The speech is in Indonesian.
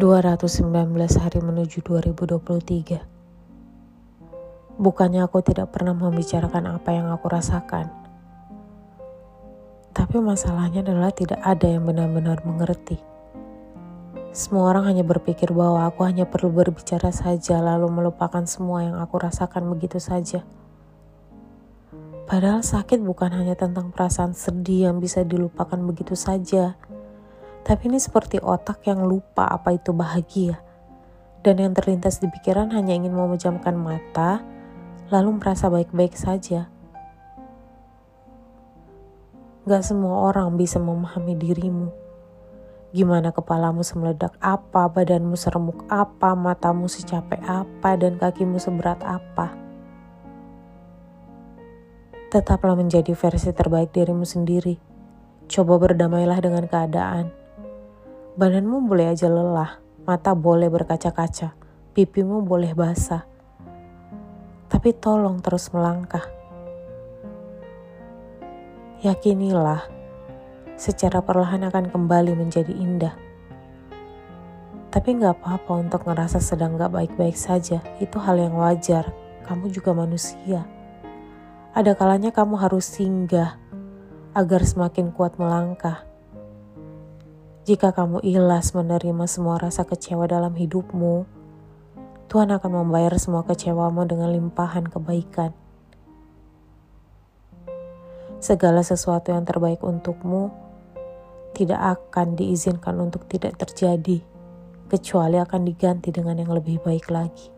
219 hari menuju 2023. Bukannya aku tidak pernah membicarakan apa yang aku rasakan. Tapi masalahnya adalah tidak ada yang benar-benar mengerti. Semua orang hanya berpikir bahwa aku hanya perlu berbicara saja lalu melupakan semua yang aku rasakan begitu saja. Padahal sakit bukan hanya tentang perasaan sedih yang bisa dilupakan begitu saja. Tapi ini seperti otak yang lupa apa itu bahagia. Dan yang terlintas di pikiran hanya ingin memejamkan mata, lalu merasa baik-baik saja. Gak semua orang bisa memahami dirimu. Gimana kepalamu semeledak apa, badanmu seremuk apa, matamu secapek apa, dan kakimu seberat apa. Tetaplah menjadi versi terbaik dirimu sendiri. Coba berdamailah dengan keadaan. Badanmu boleh aja lelah, mata boleh berkaca-kaca, pipimu boleh basah. Tapi tolong terus melangkah. Yakinilah, secara perlahan akan kembali menjadi indah. Tapi gak apa-apa untuk ngerasa sedang gak baik-baik saja, itu hal yang wajar, kamu juga manusia. Ada kalanya kamu harus singgah, agar semakin kuat melangkah. Jika kamu ikhlas menerima semua rasa kecewa dalam hidupmu, Tuhan akan membayar semua kecewamu dengan limpahan kebaikan. Segala sesuatu yang terbaik untukmu tidak akan diizinkan untuk tidak terjadi, kecuali akan diganti dengan yang lebih baik lagi.